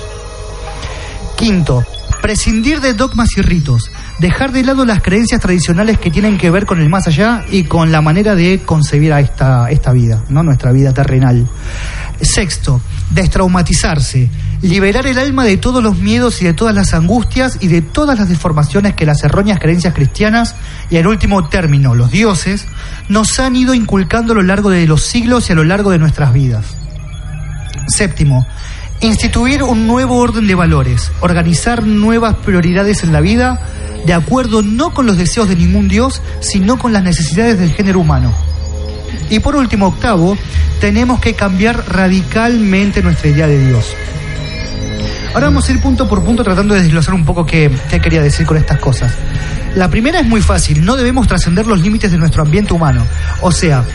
Quinto, prescindir de dogmas y ritos, dejar de lado las creencias tradicionales que tienen que ver con el más allá y con la manera de concebir a esta, esta vida, ¿no? Nuestra vida terrenal. Sexto, destraumatizarse, liberar el alma de todos los miedos y de todas las angustias y de todas las deformaciones que las erróneas creencias cristianas y, en último término, los dioses, nos han ido inculcando a lo largo de los siglos y a lo largo de nuestras vidas. Séptimo, instituir un nuevo orden de valores, organizar nuevas prioridades en la vida, de acuerdo no con los deseos de ningún dios, sino con las necesidades del género humano. Y por último, octavo, tenemos que cambiar radicalmente nuestra idea de Dios. Ahora vamos a ir punto por punto tratando de desglosar un poco qué, qué quería decir con estas cosas. La primera es muy fácil: no debemos trascender los límites de nuestro ambiente humano. O sea,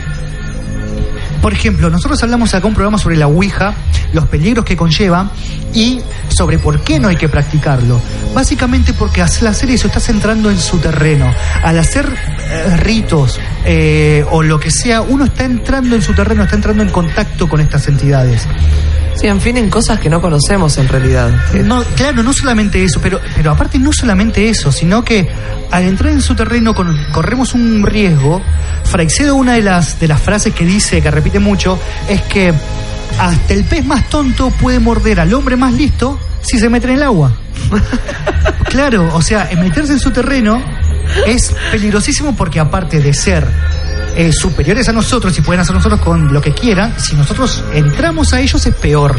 por ejemplo, nosotros hablamos acá un programa sobre la Ouija, los peligros que conlleva y sobre por qué no hay que practicarlo. Básicamente porque al hacer eso estás entrando en su terreno. Al hacer eh, ritos eh, o lo que sea, uno está entrando en su terreno, está entrando en contacto con estas entidades. Sí, en fin, en cosas que no conocemos en realidad. No, claro, no solamente eso, pero, pero aparte no solamente eso, sino que al entrar en su terreno con, corremos un riesgo. Freixedo, una de las, de las frases que dice, que repite mucho, es que hasta el pez más tonto puede morder al hombre más listo si se mete en el agua. Claro, o sea, meterse en su terreno es peligrosísimo porque aparte de ser Eh, superiores a nosotros y pueden hacer nosotros con lo que quieran, si nosotros entramos a ellos es peor.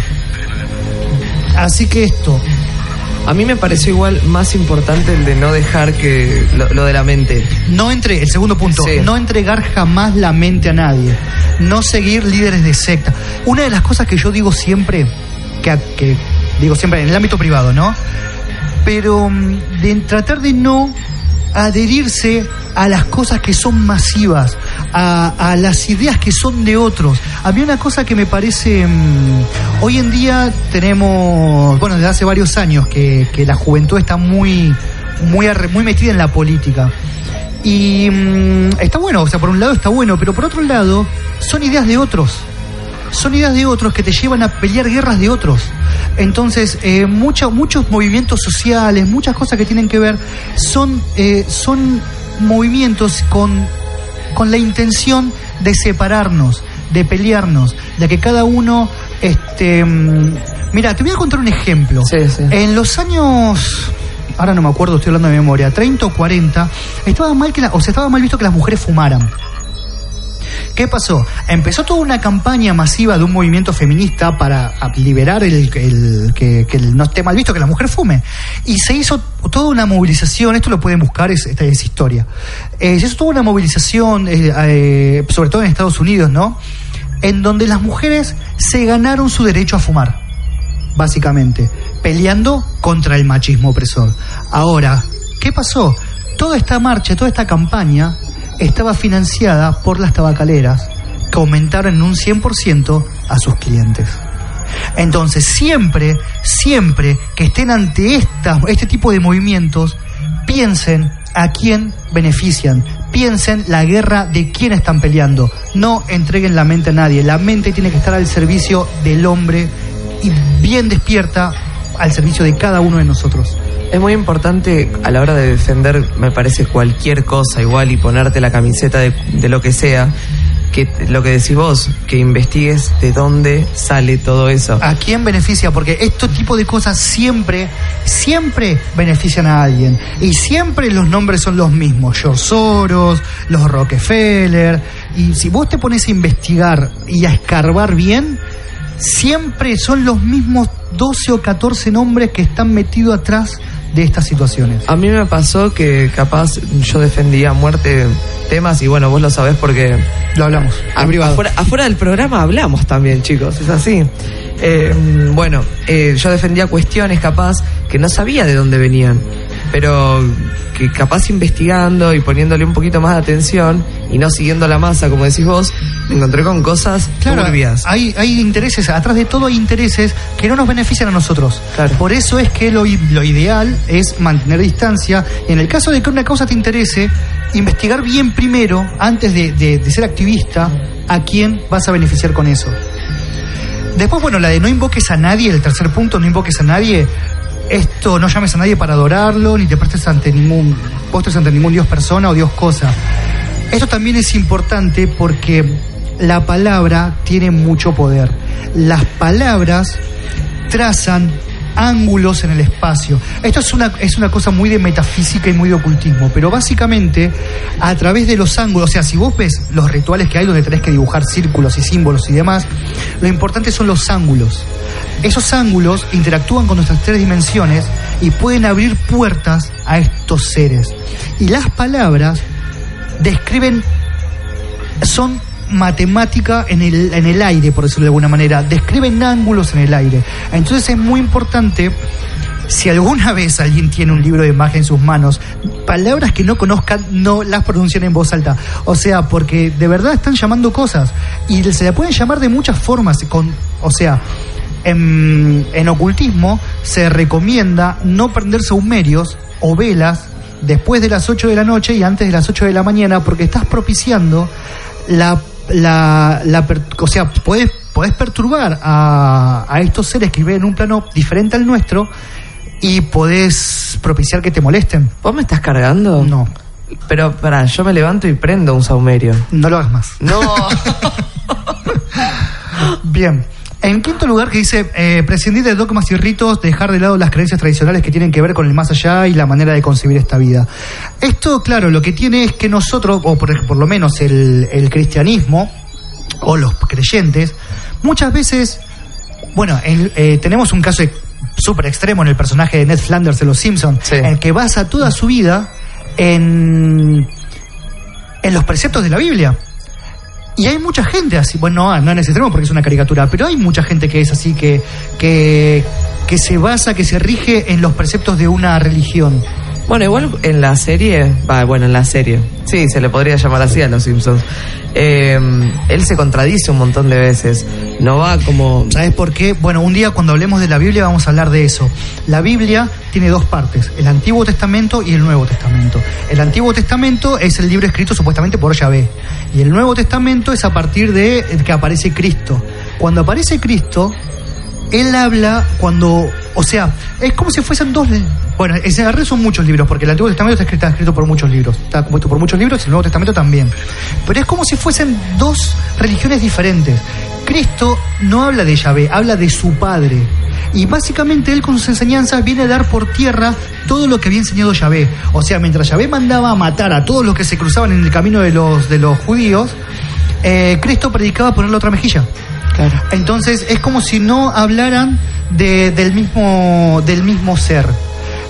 Así que esto, a mí me pareció igual más importante el de no dejar que lo, lo de la mente. No entre, el segundo punto, sí. No entregar jamás la mente a nadie, no seguir líderes de secta. Una de las cosas que yo digo siempre, que, que digo siempre en el ámbito privado, ¿no? Pero de tratar de no adherirse a las cosas que son masivas, a, a las ideas que son de otros. A mí una cosa que me parece, mmm, hoy en día tenemos, bueno, desde hace varios años que, que la juventud está muy, muy, muy metida en la política. Y mmm, está bueno, o sea, por un lado está bueno, pero por otro lado son ideas de otros. Son ideas de otros que te llevan a pelear guerras de otros. Entonces, eh, mucha, muchos movimientos sociales, muchas cosas que tienen que ver, son, eh, son movimientos con, con la intención de separarnos, de pelearnos, de que cada uno... este Mira, te voy a contar un ejemplo. Sí, sí. En los años... Ahora no me acuerdo, estoy hablando de memoria, treinta o cuarenta, estaba mal que la, o sea, estaba mal visto que las mujeres fumaran. ¿Qué pasó? Empezó toda una campaña masiva de un movimiento feminista para liberar el, el que, que no esté mal visto que la mujer fume. Y se hizo toda una movilización, esto lo pueden buscar, es, esta es historia. Eh, se hizo toda una movilización, eh, eh, sobre todo en Estados Unidos, ¿no? En donde las mujeres se ganaron su derecho a fumar, básicamente. peleando contra el machismo opresor. Ahora, ¿qué pasó? Toda esta marcha, toda esta campaña estaba financiada por las tabacaleras, que aumentaron en un cien por ciento a sus clientes. Entonces, siempre, siempre que estén ante esta, este tipo de movimientos, piensen a quién benefician, piensen la guerra de quién están peleando. No entreguen la mente a nadie. La mente tiene que estar al servicio del hombre y bien despierta al servicio de cada uno de nosotros. Es muy importante a la hora de defender, me parece, cualquier cosa igual y ponerte la camiseta de, de lo que sea, que lo que decís vos, que investigues de dónde sale todo eso. ¿A quién beneficia? Porque este tipo de cosas siempre, siempre benefician a alguien. Y siempre los nombres son los mismos. George Soros, los Rockefeller. Y si vos te pones a investigar y a escarbar bien, siempre son los mismos doce o catorce nombres que están metidos atrás de estas situaciones. A mí me pasó que capaz yo defendía a muerte temas y bueno, vos lo sabés porque lo hablamos en privado. Afuera, afuera del programa hablamos también, chicos, es así. Eh, bueno, eh, yo defendía cuestiones capaz que no sabía de dónde venían, pero que capaz investigando y poniéndole un poquito más de atención y no siguiendo la masa, como decís vos, me encontré con cosas claro, turbias. Hay, hay intereses, atrás de todo hay intereses que no nos benefician a nosotros. Claro. Por eso es que lo, lo ideal es mantener distancia. En el caso de que una causa te interese, investigar bien primero, antes de, de, de ser activista, a quién vas a beneficiar con eso. Después, bueno, la de no invoques a nadie, el tercer punto, no invoques a nadie. Esto, no llames a nadie para adorarlo, ni te prestes ante ningún, postres ante ningún dios persona o dios cosa. Esto también es importante porque la palabra tiene mucho poder. Las palabras trazan ángulos en el espacio. Esto es una, es una cosa muy de metafísica y muy de ocultismo, pero básicamente a través de los ángulos, o sea, si vos ves los rituales que hay donde tenés que dibujar círculos y símbolos y demás, lo importante son los ángulos. Esos ángulos interactúan con nuestras tres dimensiones y pueden abrir puertas a estos seres. Y las palabras describen, son matemática en el, en el aire, por decirlo de alguna manera, describen ángulos en el aire. Entonces es muy importante, si alguna vez alguien tiene un libro de magia en sus manos, palabras que no conozcan, no las pronuncien en voz alta. O sea, porque de verdad están llamando cosas y se la pueden llamar de muchas formas. Con, o sea, en, en ocultismo se recomienda no prender saumerios o velas después de las ocho de la noche y antes de las ocho de la mañana, porque estás propiciando la la, la o sea, podés, podés perturbar a, a estos seres que viven en un plano diferente al nuestro y podés propiciar que te molesten. ¿Vos me estás cargando? No. Pero pará, yo me levanto y prendo un saumerio. No lo hagas más. No. Bien. En quinto lugar, que dice, eh, prescindir de dogmas y ritos, dejar de lado las creencias tradicionales que tienen que ver con el más allá y la manera de concebir esta vida. Esto, claro, lo que tiene es que nosotros, o por, por lo menos el, el cristianismo, o los creyentes, muchas veces, bueno, el, eh, tenemos un caso súper extremo en el personaje de Ned Flanders de Los Simpsons, sí, el que basa toda su vida en, en los preceptos de la Biblia. Y hay mucha gente así, bueno, no, no en ese extremo porque es una caricatura, pero hay mucha gente que es así, que, que, que se basa, que se rige en los preceptos de una religión. Bueno, igual en la serie, va, bueno, en la serie, sí, se le podría llamar así a Los Simpsons. Eh, él se contradice un montón de veces, no va como... ¿Sabes por qué? Bueno, un día cuando hablemos de la Biblia vamos a hablar de eso. La Biblia tiene dos partes, el Antiguo Testamento y el Nuevo Testamento. El Antiguo Testamento es el libro escrito supuestamente por Yahvé, y el Nuevo Testamento es a partir de que aparece Cristo. Cuando aparece Cristo, él habla cuando... O sea, es como si fuesen dos... Bueno, en realidad son muchos libros, porque el Antiguo Testamento está escrito, está escrito por muchos libros. Está compuesto por muchos libros y el Nuevo Testamento también. Pero es como si fuesen dos religiones diferentes. Cristo no habla de Yahvé, habla de su Padre. Y básicamente él con sus enseñanzas viene a dar por tierra todo lo que había enseñado Yahvé. O sea, mientras Yahvé mandaba a matar a todos los que se cruzaban en el camino de los, de los judíos, eh, Cristo predicaba ponerle otra mejilla. Claro. Entonces es como si no hablaran de, del mismo del mismo ser.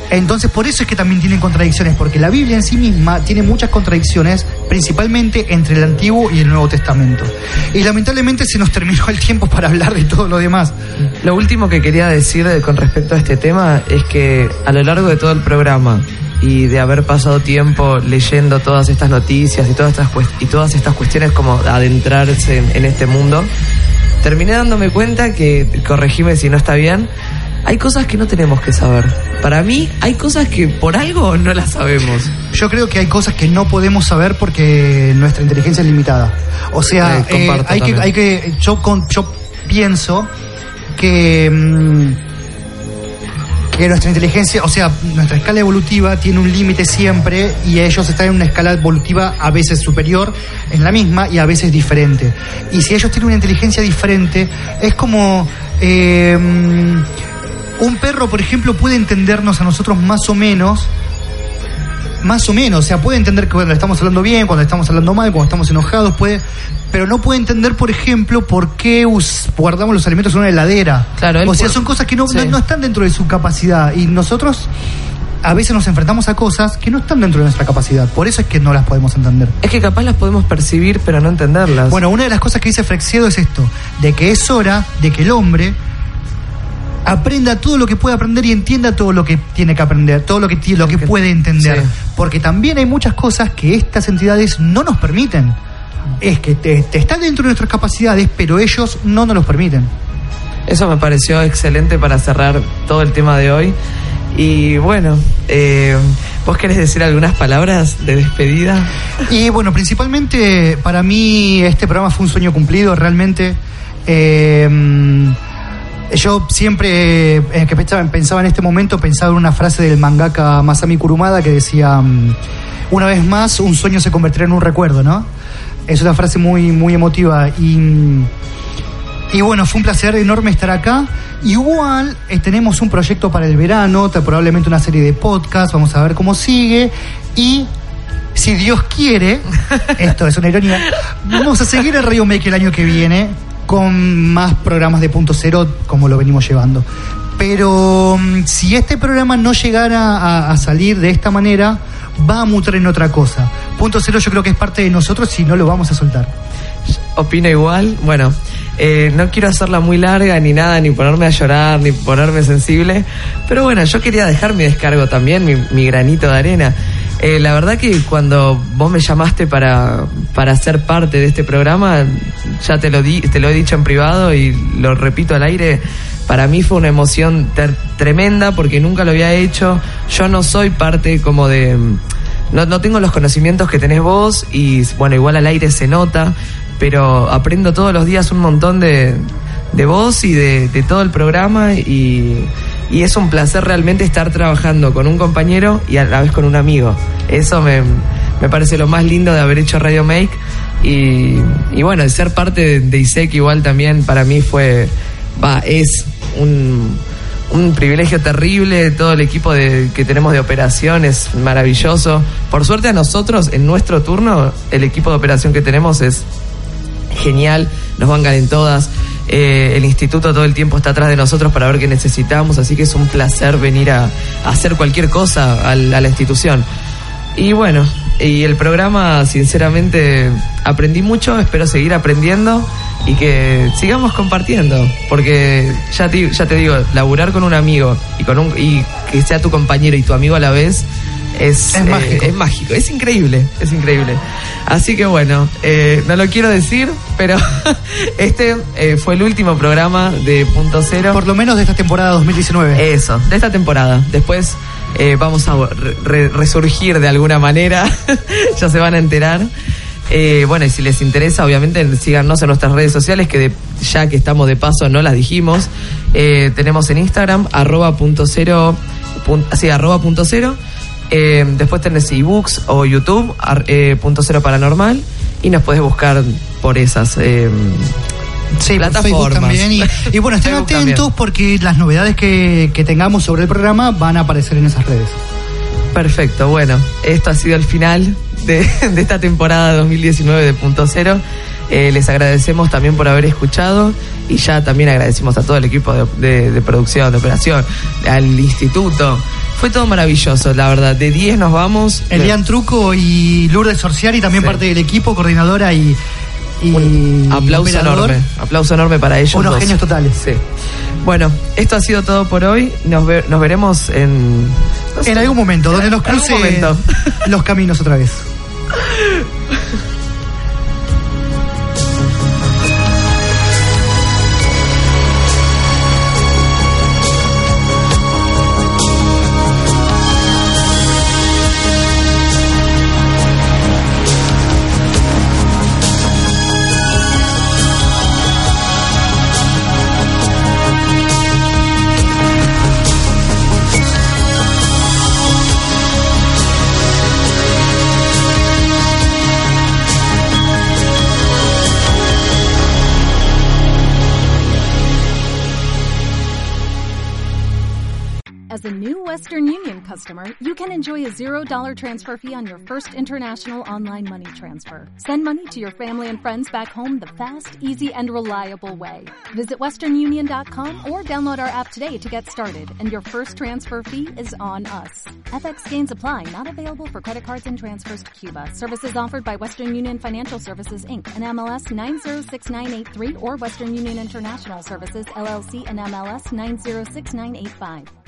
Entonces, por eso es que también tienen contradicciones, porque la Biblia en sí misma tiene muchas contradicciones, principalmente entre el Antiguo y el Nuevo Testamento. Y lamentablemente se nos terminó el tiempo para hablar de todo lo demás. Lo último que quería decir con respecto a este tema es que a lo largo de todo el programa y de haber pasado tiempo leyendo todas estas noticias y todas estas, cuest- y todas estas cuestiones como adentrarse en, en este mundo, terminé dándome cuenta que, corregime si no está bien, hay cosas que no tenemos que saber. Para mí, hay cosas que por algo no las sabemos. Yo creo que hay cosas que no podemos saber porque nuestra inteligencia es limitada. O sea, eh, eh, hay, que, hay que. Yo, con, yo pienso que. Mmm, que nuestra inteligencia, o sea, nuestra escala evolutiva tiene un límite siempre y ellos están en una escala evolutiva a veces superior en la misma y a veces diferente. Y si ellos tienen una inteligencia diferente, es como eh, un perro, por ejemplo, puede entendernos a nosotros más o menos, más o menos, o sea, puede entender que cuando estamos hablando bien, cuando estamos hablando mal, cuando estamos enojados, puede, pero no puede entender, por ejemplo, por qué us, guardamos los alimentos en una heladera. Claro, o sea, por... son cosas que no, sí. no, no están dentro de su capacidad y nosotros a veces nos enfrentamos a cosas que no están dentro de nuestra capacidad, por eso es que no las podemos entender. Es que capaz las podemos percibir pero no entenderlas. Bueno, una de las cosas que dice Freixedo es esto, de que es hora de que el hombre aprenda todo lo que puede aprender y entienda todo lo que tiene que aprender, todo lo que tiene, lo que puede entender, sí. Porque también hay muchas cosas que estas entidades no nos permiten. Es que te, te está dentro de nuestras capacidades, pero ellos no nos los permiten. Eso me pareció excelente para cerrar todo el tema de hoy. Y bueno, eh, ¿vos querés decir algunas palabras de despedida? Y bueno, principalmente para mí este programa fue un sueño cumplido, realmente. Eh, Yo siempre eh, que pensaba, pensaba en este momento, pensaba en una frase del mangaka Masami Kurumada que decía, una vez más, un sueño se convertirá en un recuerdo, ¿no? Es una frase muy, muy emotiva y, y bueno, fue un placer enorme estar acá. Igual eh, tenemos un proyecto para el verano, probablemente una serie de podcasts, vamos a ver cómo sigue y... Si Dios quiere, esto es una ironía, vamos a seguir en Radio Make el año que viene con más programas de Punto Cero como lo venimos llevando. Pero si este programa no llegara a, a salir de esta manera, va a mutar en otra cosa. Punto Cero yo creo que es parte de nosotros y no lo vamos a soltar. Opino igual. Bueno, eh, no quiero hacerla muy larga ni nada, ni ponerme a llorar, ni ponerme sensible. Pero bueno, yo quería dejar mi descargo también, mi, mi granito de arena. Eh, la verdad que cuando vos me llamaste para, para ser parte de este programa, ya te lo, di, te lo he dicho en privado y lo repito al aire, para mí fue una emoción ter- tremenda porque nunca lo había hecho. Yo no soy parte como de... No, no tengo los conocimientos que tenés vos y bueno, igual al aire se nota, pero aprendo todos los días un montón de, de vos y de, de todo el programa y... Y es un placer realmente estar trabajando con un compañero y a la vez con un amigo. Eso me, me parece lo más lindo de haber hecho Radio Make. Y, y bueno, de ser parte de, de I S E C igual también para mí fue, va, es un, un privilegio terrible. Todo el equipo de, que tenemos de operación es maravilloso. Por suerte a nosotros, en nuestro turno, el equipo de operación que tenemos es genial. Nos bancan en todas. Eh, el instituto todo el tiempo está atrás de nosotros para ver qué necesitamos, así que es un placer venir a, a hacer cualquier cosa a la, a la institución. Y bueno, y el programa, sinceramente, aprendí mucho, espero seguir aprendiendo y que sigamos compartiendo, porque ya te, ya te digo, laburar con un amigo y, con un, y que sea tu compañero y tu amigo a la vez, Es, es, eh, mágico. es mágico, es increíble, es increíble. Así que bueno, eh, no lo quiero decir, pero este eh, fue el último programa de Punto Cero. Por lo menos de esta temporada dos mil diecinueve. Eso, de esta temporada. Después eh, vamos a re- resurgir de alguna manera, ya se van a enterar. Eh, bueno, y si les interesa, obviamente síganos en nuestras redes sociales, que de, ya que estamos de paso no las dijimos. Eh, tenemos en Instagram, arroba punto cero, pun, sí, arroba punto cero. Eh, después tenés ebooks o YouTube, eh, Punto Cero Paranormal, y nos podés buscar por esas eh, sí, plataformas. Por también. Y, y bueno, estén atentos también, porque las novedades que, que tengamos sobre el programa van a aparecer en esas redes. Perfecto, bueno, esto ha sido el final de, de esta temporada dos mil diecinueve de Punto Cero. Eh, les agradecemos también por haber escuchado y ya también agradecemos a todo el equipo de, de, de producción, de operación, al instituto. Fue todo maravilloso, la verdad. De diez nos vamos. Elian Truco y Lourdes Sorciari, también sí. parte del equipo, coordinadora y, y un aplauso operador. enorme. Aplauso enorme para ellos. Unos dos. genios totales. Sí. Bueno, esto ha sido todo por hoy. Nos, ve, nos veremos en... No sé, en algún momento, donde nos cruce los caminos otra vez. As a new Western Union customer, you can enjoy a zero dollar transfer fee on your first international online money transfer. Send money to your family and friends back home the fast, easy, and reliable way. Visit western union dot com or download our app today to get started, and your first transfer fee is on us. F X gains apply, not available for credit cards and transfers to Cuba. Services offered by Western Union Financial Services, Incorporated and M L S nine zero six nine eight three or Western Union International Services, L L C and M L S nine zero six nine eight five.